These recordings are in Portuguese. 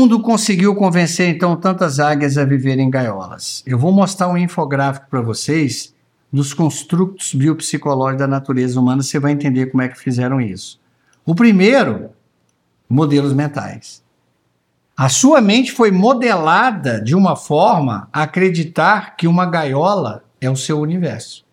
mundo conseguiu convencer, então, tantas águias a viverem em gaiolas? Eu vou mostrar um infográfico para vocês dos construtos biopsicológicos da natureza humana, você vai entender como é que fizeram isso. O primeiro, modelos mentais. A sua mente foi modelada de uma forma a acreditar que uma gaiola é o seu universo.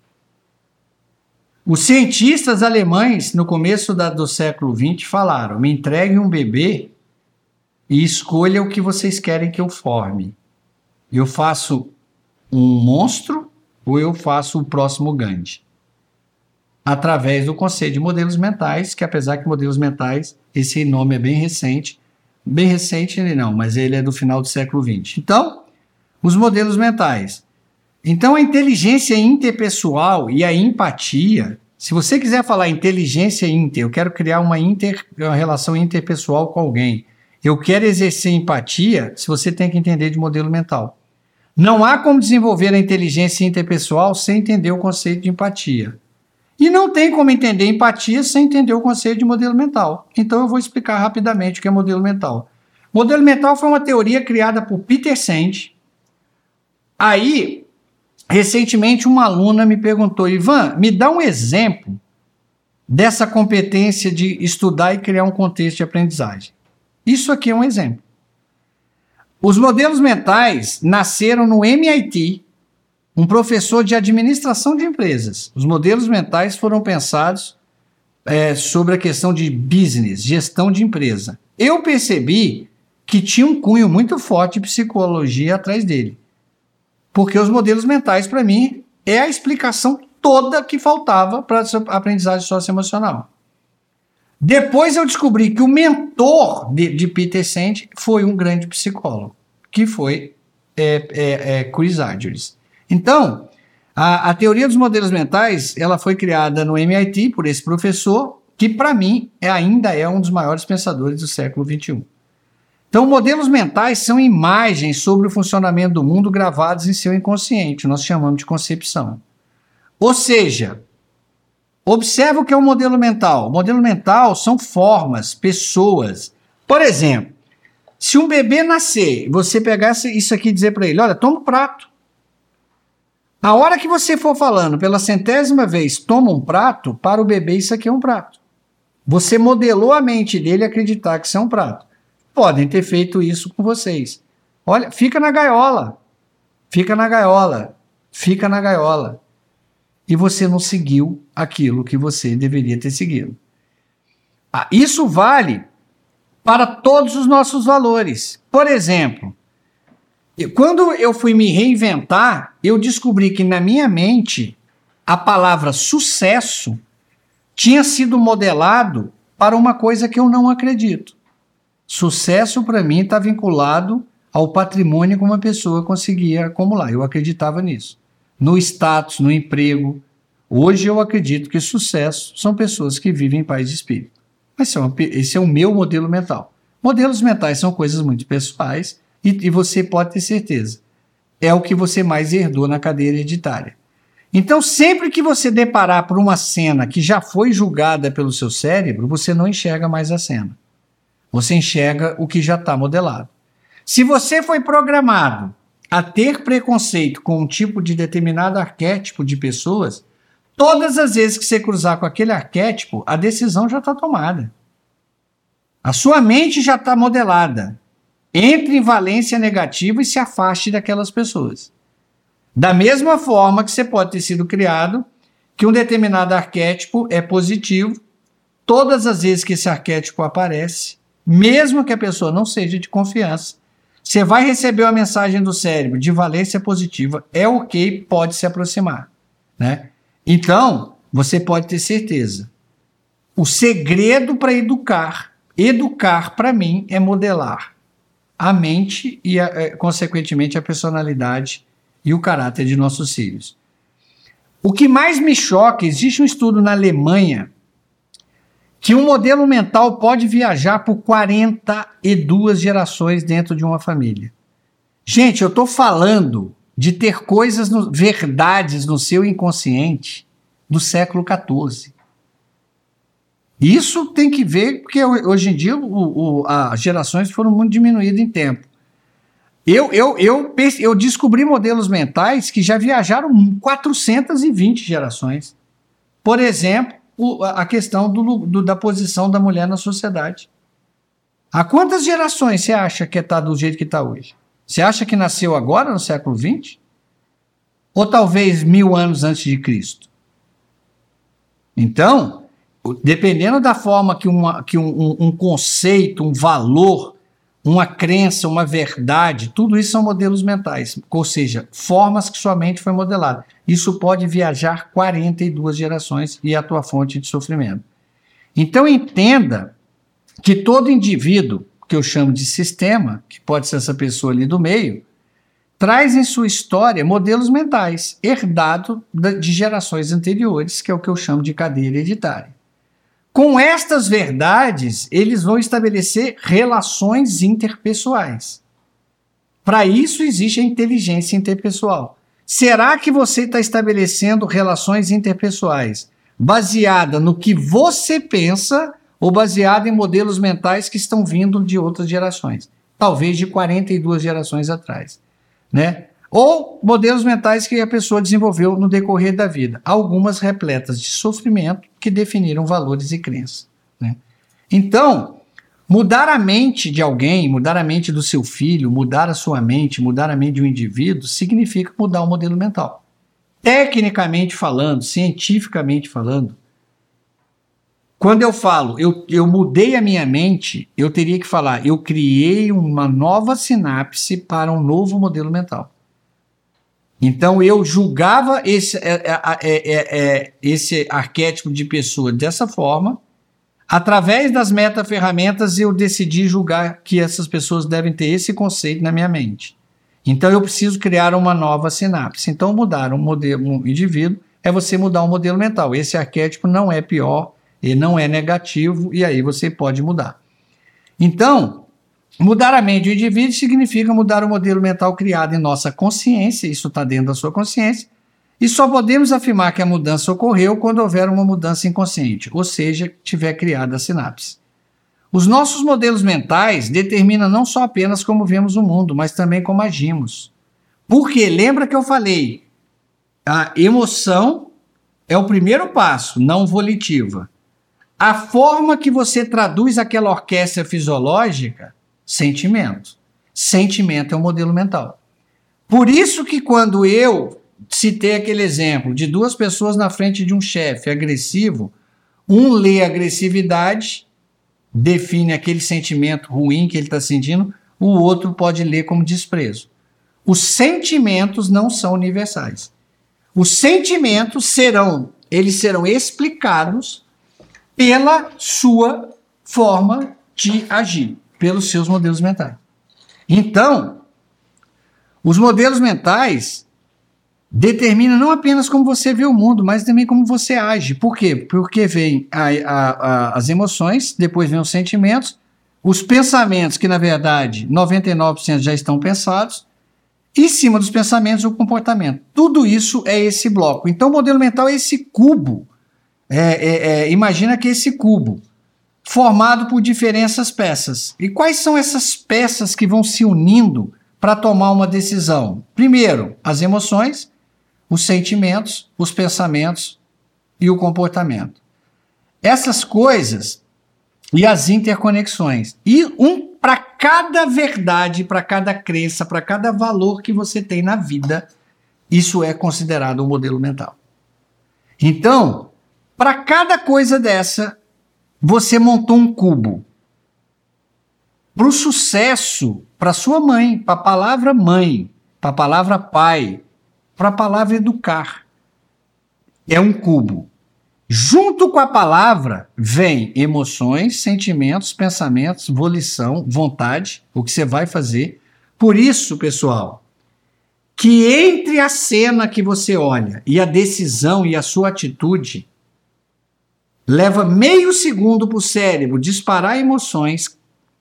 Os cientistas alemães, no começo do século XX, falaram: me entreguem um bebê e escolha o que vocês querem que eu forme. Eu faço um monstro ou eu faço o próximo Gandhi? Através do conceito de modelos mentais, que apesar que modelos mentais, esse nome é bem recente não, mas ele é do final do século XX. Então, os modelos mentais. Então, a inteligência interpessoal e a empatia, se você quiser falar inteligência eu quero criar uma relação interpessoal com alguém, eu quero exercer empatia, se você tem que entender de modelo mental. Não há como desenvolver a inteligência interpessoal sem entender o conceito de empatia. E não tem como entender empatia sem entender o conceito de modelo mental. Então eu vou explicar rapidamente o que é modelo mental. Modelo mental foi uma teoria criada por Peter Senge. Aí, recentemente, uma aluna me perguntou: Ivan, me dá um exemplo dessa competência de estudar e criar um contexto de aprendizagem. Isso aqui é um exemplo. Os modelos mentais nasceram no MIT, um professor de administração de empresas. Os modelos mentais foram pensados sobre a questão de business, gestão de empresa. Eu percebi que tinha um cunho muito forte de psicologia atrás dele. Porque os modelos mentais, para mim, é a explicação toda que faltava para a aprendizagem socioemocional. Depois eu descobri que o mentor de Peter Senge foi um grande psicólogo, que foi Chris Argyris. Então, a teoria dos modelos mentais, ela foi criada no MIT por esse professor, que para mim ainda é um dos maiores pensadores do século XXI. Então, modelos mentais são imagens sobre o funcionamento do mundo gravadas em seu inconsciente, nós chamamos de concepção. Ou seja, observa o que é um modelo mental. O modelo mental são formas, pessoas. Por exemplo, se um bebê nascer, você pegar isso aqui e dizer para ele: olha, toma um prato. A hora que você for falando pela 100ª vez, toma um prato, para o bebê isso aqui é um prato. Você modelou a mente dele a acreditar que isso é um prato. Podem ter feito isso com vocês. Olha, fica na gaiola. Fica na gaiola. Fica na gaiola. E você não seguiu aquilo que você deveria ter seguido. Isso vale para todos os nossos valores. Por exemplo, quando eu fui me reinventar, eu descobri que na minha mente a palavra sucesso tinha sido modelado para uma coisa que eu não acredito. Sucesso para mim está vinculado ao patrimônio que uma pessoa conseguia acumular. Eu acreditava nisso. No status, no emprego. Hoje eu acredito que sucesso são pessoas que vivem em paz de espírito. Mas esse é o meu modelo mental. Modelos mentais são coisas muito pessoais e você pode ter certeza. É o que você mais herdou na cadeia hereditária. Então, sempre que você deparar por uma cena que já foi julgada pelo seu cérebro, você não enxerga mais a cena. Você enxerga o que já está modelado. Se você foi programado a ter preconceito com um tipo de determinado arquétipo de pessoas, todas as vezes que você cruzar com aquele arquétipo, a decisão já está tomada. A sua mente já está modelada. Entre em valência negativa e se afaste daquelas pessoas. Da mesma forma que você pode ter sido criado, que um determinado arquétipo é positivo, todas as vezes que esse arquétipo aparece, mesmo que a pessoa não seja de confiança, você vai receber uma mensagem do cérebro de valência positiva, é ok, pode se aproximar, né? Então, você pode ter certeza. O segredo para educar para mim é modelar a mente e, consequentemente, a personalidade e o caráter de nossos filhos. O que mais me choca, existe um estudo na Alemanha que um modelo mental pode viajar por 42 gerações dentro de uma família. Gente, eu estou falando de ter verdades no seu inconsciente do século XIV. Isso tem que ver, porque hoje em dia as gerações foram muito diminuídas em tempo. Eu descobri modelos mentais que já viajaram 420 gerações. Por exemplo, a questão da posição da mulher na sociedade. Há quantas gerações você acha que está do jeito que está hoje? Você acha que nasceu agora, no século XX? Ou talvez 1000 anos antes de Cristo? Então, dependendo da forma que um conceito, um valor, uma crença, uma verdade, tudo isso são modelos mentais, ou seja, formas que sua mente foi modelada. Isso pode viajar 42 gerações e é a tua fonte de sofrimento. Então entenda que todo indivíduo, que eu chamo de sistema, que pode ser essa pessoa ali do meio, traz em sua história modelos mentais, herdados de gerações anteriores, que é o que eu chamo de cadeia hereditária. Com estas verdades, eles vão estabelecer relações interpessoais. Para isso existe a inteligência interpessoal. Será que você está estabelecendo relações interpessoais baseada no que você pensa ou baseada em modelos mentais que estão vindo de outras gerações? Talvez de 42 gerações atrás, né? Ou modelos mentais que a pessoa desenvolveu no decorrer da vida, algumas repletas de sofrimento que definiram valores e crenças, né? Então, mudar a mente de alguém, mudar a mente do seu filho, mudar a sua mente, mudar a mente de um indivíduo, significa mudar o modelo mental. Tecnicamente falando, cientificamente falando, quando eu falo, eu mudei a minha mente, eu teria que falar, eu criei uma nova sinapse para um novo modelo mental. Então eu julgava esse arquétipo de pessoa dessa forma, através das metaferramentas eu decidi julgar que essas pessoas devem ter esse conceito na minha mente. Então eu preciso criar uma nova sinapse. Então mudar um indivíduo é você mudar um modelo mental. Esse arquétipo não é pior, ele não é negativo e aí você pode mudar. Então, mudar a mente do indivíduo significa mudar o modelo mental criado em nossa consciência, isso está dentro da sua consciência, e só podemos afirmar que a mudança ocorreu quando houver uma mudança inconsciente, ou seja, tiver criada a sinapse. Os nossos modelos mentais determinam não só apenas como vemos o mundo, mas também como agimos. Porque, lembra que eu falei, a emoção é o primeiro passo, não volitiva. A forma que você traduz aquela orquestra fisiológica, sentimento. Sentimento é um modelo mental. Por isso que quando eu citei aquele exemplo de duas pessoas na frente de um chefe agressivo, um lê agressividade, define aquele sentimento ruim que ele está sentindo, o outro pode ler como desprezo. Os sentimentos não são universais. Os sentimentos serão explicados pela sua forma de agir, pelos seus modelos mentais. Então, os modelos mentais determinam não apenas como você vê o mundo, mas também como você age. Por quê? Porque vem as emoções, depois vem os sentimentos, os pensamentos, que na verdade 99% já estão pensados, e em cima dos pensamentos o comportamento. Tudo isso é esse bloco. Então o modelo mental é esse cubo. Imagina que esse cubo, formado por diferentes peças. E quais são essas peças que vão se unindo para tomar uma decisão? Primeiro, as emoções, os sentimentos, os pensamentos e o comportamento. Essas coisas e as interconexões. E para cada verdade, para cada crença, para cada valor que você tem na vida, isso é considerado um modelo mental. Então, para cada coisa dessa, você montou um cubo. Para o sucesso, para sua mãe, para a palavra mãe, para a palavra pai, para a palavra educar, é um cubo. Junto com a palavra, vem emoções, sentimentos, pensamentos, volição, vontade, o que você vai fazer. Por isso, pessoal, que entre a cena que você olha e a decisão e a sua atitude, leva meio segundo para o cérebro disparar emoções,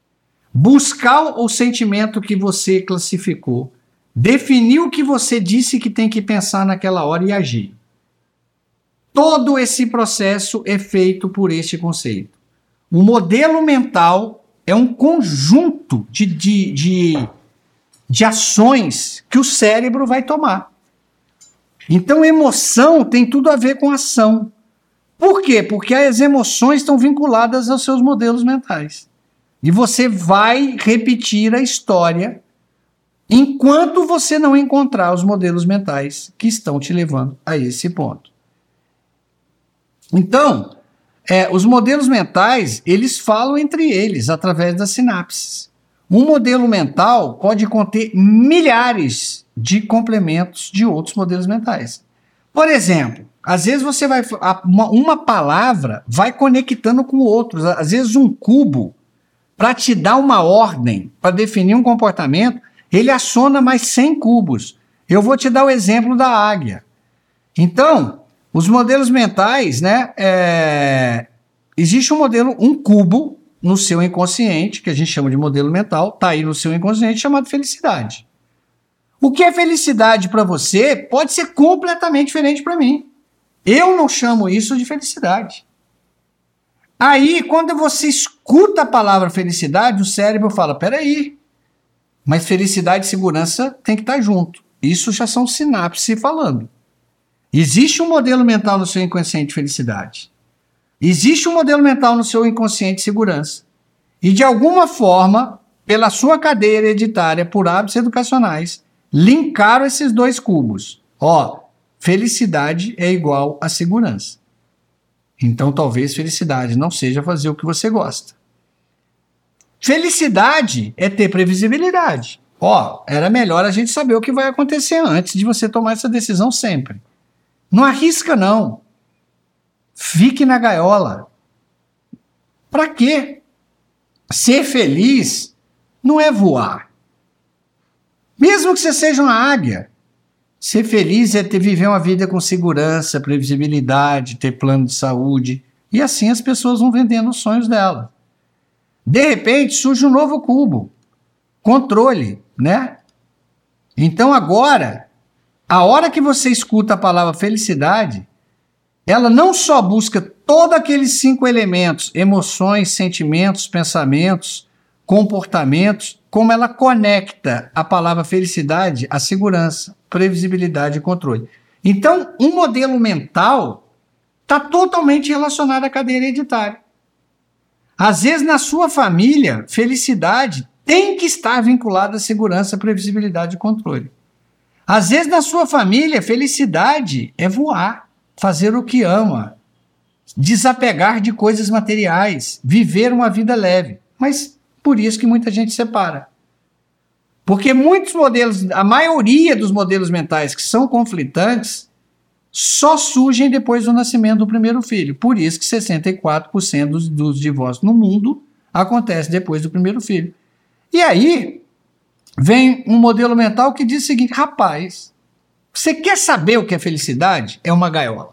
buscar o sentimento que você classificou, definir o que você disse que tem que pensar naquela hora e agir. Todo esse processo é feito por este conceito. O modelo mental é um conjunto de ações que o cérebro vai tomar. Então, emoção tem tudo a ver com ação. Por quê? Porque as emoções estão vinculadas aos seus modelos mentais. E você vai repetir a história enquanto você não encontrar os modelos mentais que estão te levando a esse ponto. Então, os modelos mentais, eles falam entre eles através das sinapses. Um modelo mental pode conter milhares de complementos de outros modelos mentais. Por exemplo, às vezes você vai uma palavra vai conectando com outros. Às vezes um cubo, para te dar uma ordem, para definir um comportamento, ele aciona mais 100 cubos. Eu vou te dar o exemplo da águia. Então, os modelos mentais, né? Existe um cubo no seu inconsciente, que a gente chama de modelo mental, está aí no seu inconsciente, chamado felicidade. O que é felicidade para você pode ser completamente diferente para mim. Eu não chamo isso de felicidade. Aí, quando você escuta a palavra felicidade, o cérebro fala, peraí, mas felicidade e segurança tem que estar junto. Isso já são sinapses falando. Existe um modelo mental no seu inconsciente de felicidade. Existe um modelo mental no seu inconsciente de segurança. E, de alguma forma, pela sua cadeia hereditária, por hábitos educacionais, linkaram esses dois cubos. Felicidade é igual a segurança. Então, talvez felicidade não seja fazer o que você gosta. Felicidade é ter previsibilidade. Era melhor a gente saber o que vai acontecer antes de você tomar essa decisão sempre. Não arrisca, não. Fique na gaiola. Para quê? Ser feliz não é voar. Mesmo que você seja uma águia, ser feliz é viver uma vida com segurança, previsibilidade, ter plano de saúde. E assim as pessoas vão vendendo os sonhos delas. De repente surge um novo cubo. Controle, né? Então agora, a hora que você escuta a palavra felicidade, ela não só busca todos aqueles 5 elementos, emoções, sentimentos, pensamentos, comportamentos, como ela conecta a palavra felicidade à segurança, previsibilidade e controle. Então, um modelo mental está totalmente relacionado à cadeia hereditária. Às vezes, na sua família, felicidade tem que estar vinculada à segurança, previsibilidade e controle. Às vezes, na sua família, felicidade é voar, fazer o que ama, desapegar de coisas materiais, viver uma vida leve. Mas por isso que muita gente separa. Porque muitos modelos, a maioria dos modelos mentais que são conflitantes, só surgem depois do nascimento do primeiro filho. Por isso que 64% dos divórcios no mundo acontece depois do primeiro filho. E aí vem um modelo mental que diz o seguinte, rapaz, você quer saber o que é felicidade? É uma gaiola.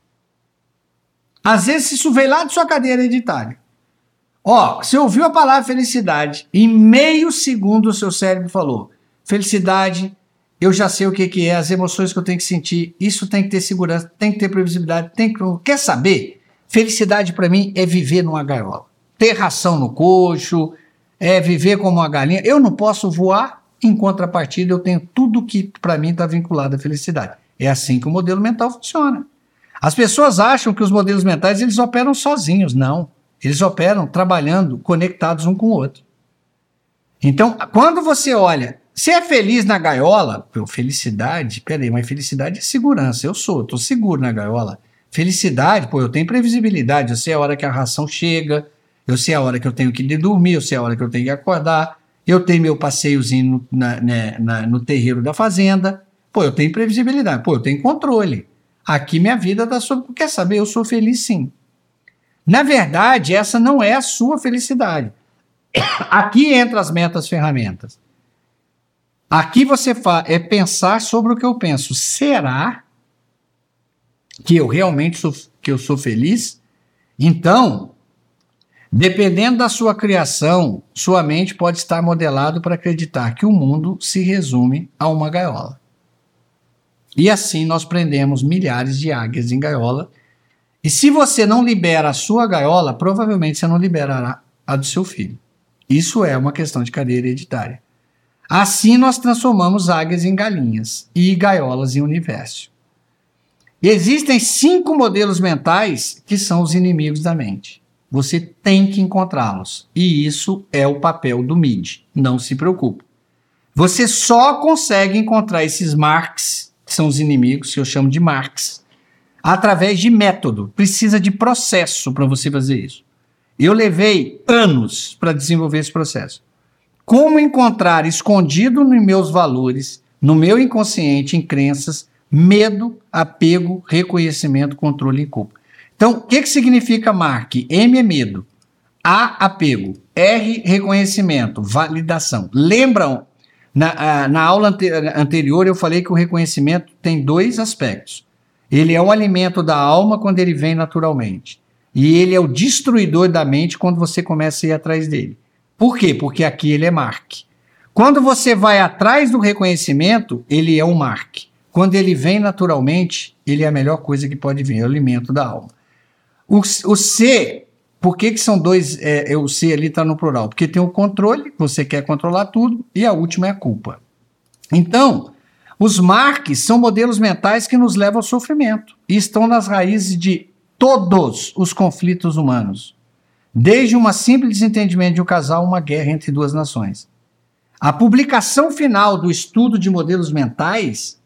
Às vezes isso veio lá de sua cadeia hereditária. Você ouviu a palavra felicidade, em meio segundo o seu cérebro falou, felicidade, eu já sei o que é, as emoções que eu tenho que sentir, isso tem que ter segurança, tem que ter previsibilidade, quer saber? Felicidade para mim é viver numa gaiola, ter ração no coxo, é viver como uma galinha. Eu não posso voar, em contrapartida eu tenho tudo que para mim está vinculado à felicidade. É assim que o modelo mental funciona. As pessoas acham que os modelos mentais eles operam sozinhos, não. Eles operam trabalhando, conectados um com o outro. Então, quando você olha, você é feliz na gaiola? Felicidade? Peraí, mas felicidade é segurança. Eu estou seguro na gaiola. Felicidade, eu tenho previsibilidade. Eu sei a hora que a ração chega, eu sei a hora que eu tenho que ir dormir, eu sei a hora que eu tenho que acordar, eu tenho meu passeiozinho no terreiro da fazenda. Eu tenho previsibilidade. Eu tenho controle. Aqui minha vida está sob... Quer saber? Eu sou feliz sim. Na verdade, essa não é a sua felicidade. Aqui entra as metas-ferramentas. Aqui você é pensar sobre o que eu penso. Será que eu realmente sou feliz? Então, dependendo da sua criação, sua mente pode estar modelada para acreditar que o mundo se resume a uma gaiola. E assim nós prendemos milhares de águias em gaiola E se você não libera a sua gaiola, provavelmente você não liberará a do seu filho. Isso é uma questão de cadeia hereditária. Assim nós transformamos águias em galinhas e gaiolas em universo. Existem 5 modelos mentais que são os inimigos da mente. Você tem que encontrá-los. E isso é o papel do MID. Não se preocupe. Você só consegue encontrar esses marks, que são os inimigos, que eu chamo de marks, através de método. Precisa de processo para você fazer isso. Eu levei anos para desenvolver esse processo. Como encontrar escondido nos meus valores, no meu inconsciente, em crenças, medo, apego, reconhecimento, controle e culpa. Então, o que significa MARC? M é medo, A, apego, R, reconhecimento, validação. Lembram, na aula anterior eu falei que o reconhecimento tem 2 aspectos. Ele é o alimento da alma quando ele vem naturalmente. E ele é o destruidor da mente quando você começa a ir atrás dele. Por quê? Porque aqui ele é MARC. Quando você vai atrás do reconhecimento, ele é um MARC. Quando ele vem naturalmente, ele é a melhor coisa que pode vir, é o alimento da alma. O C, por que são 2, o C ali está no plural? Porque tem o controle, você quer controlar tudo, e a última é a culpa. Então, os MARCs são modelos mentais que nos levam ao sofrimento e estão nas raízes de todos os conflitos humanos. Desde um simples desentendimento de um casal, uma guerra entre 2 nações. A publicação final do estudo de modelos mentais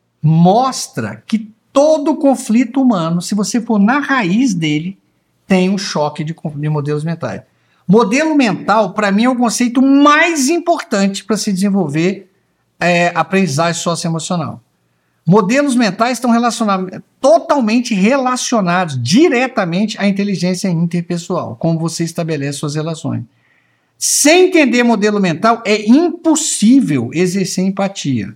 mostra que todo conflito humano, se você for na raiz dele, tem um choque de modelos mentais. Modelo mental, para mim, é o conceito mais importante para se desenvolver aprendizagem socioemocional. Modelos mentais estão totalmente relacionados diretamente à inteligência interpessoal, como você estabelece suas relações. Sem entender modelo mental, é impossível exercer empatia.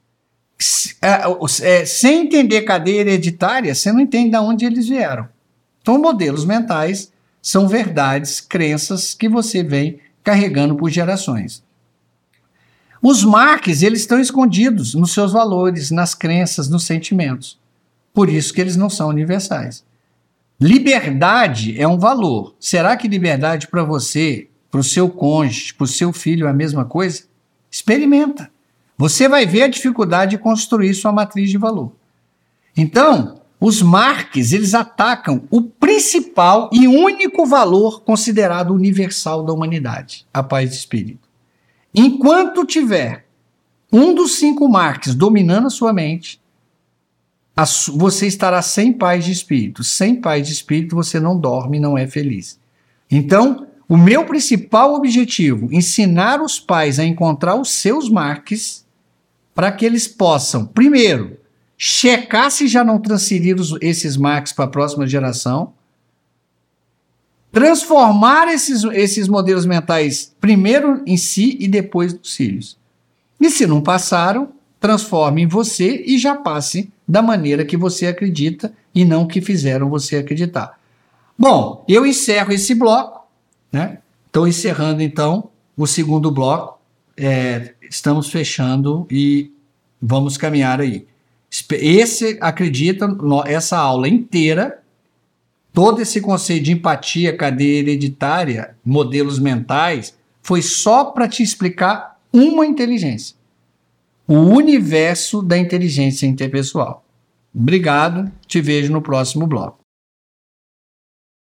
Sem entender cadeia hereditária, você não entende de onde eles vieram. Então, modelos mentais são verdades, crenças que você vem carregando por gerações. Os marques, eles estão escondidos nos seus valores, nas crenças, nos sentimentos. Por isso que eles não são universais. Liberdade é um valor. Será que liberdade para você, para o seu cônjuge, para o seu filho é a mesma coisa? Experimenta. Você vai ver a dificuldade de construir sua matriz de valor. Então, os marques, eles atacam o principal e único valor considerado universal da humanidade, a paz de espírito. Enquanto tiver um dos 5 marques dominando a sua mente, você estará sem paz de espírito. Sem paz de espírito, você não dorme e não é feliz. Então, o meu principal objetivo, ensinar os pais a encontrar os seus marques para que eles possam, primeiro, checar se já não transferiram esses marques para a próxima geração, transformar esses modelos mentais primeiro em si e depois nos filhos. E se não passaram, transforme em você e já passe da maneira que você acredita e não que fizeram você acreditar. Bom, eu encerro esse bloco, né? Estou encerrando então o segundo bloco. Estamos fechando e vamos caminhar aí. Essa aula inteira, todo esse conceito de empatia, cadeia hereditária, modelos mentais, foi só para te explicar uma inteligência. O universo da inteligência interpessoal. Obrigado, te vejo no próximo bloco.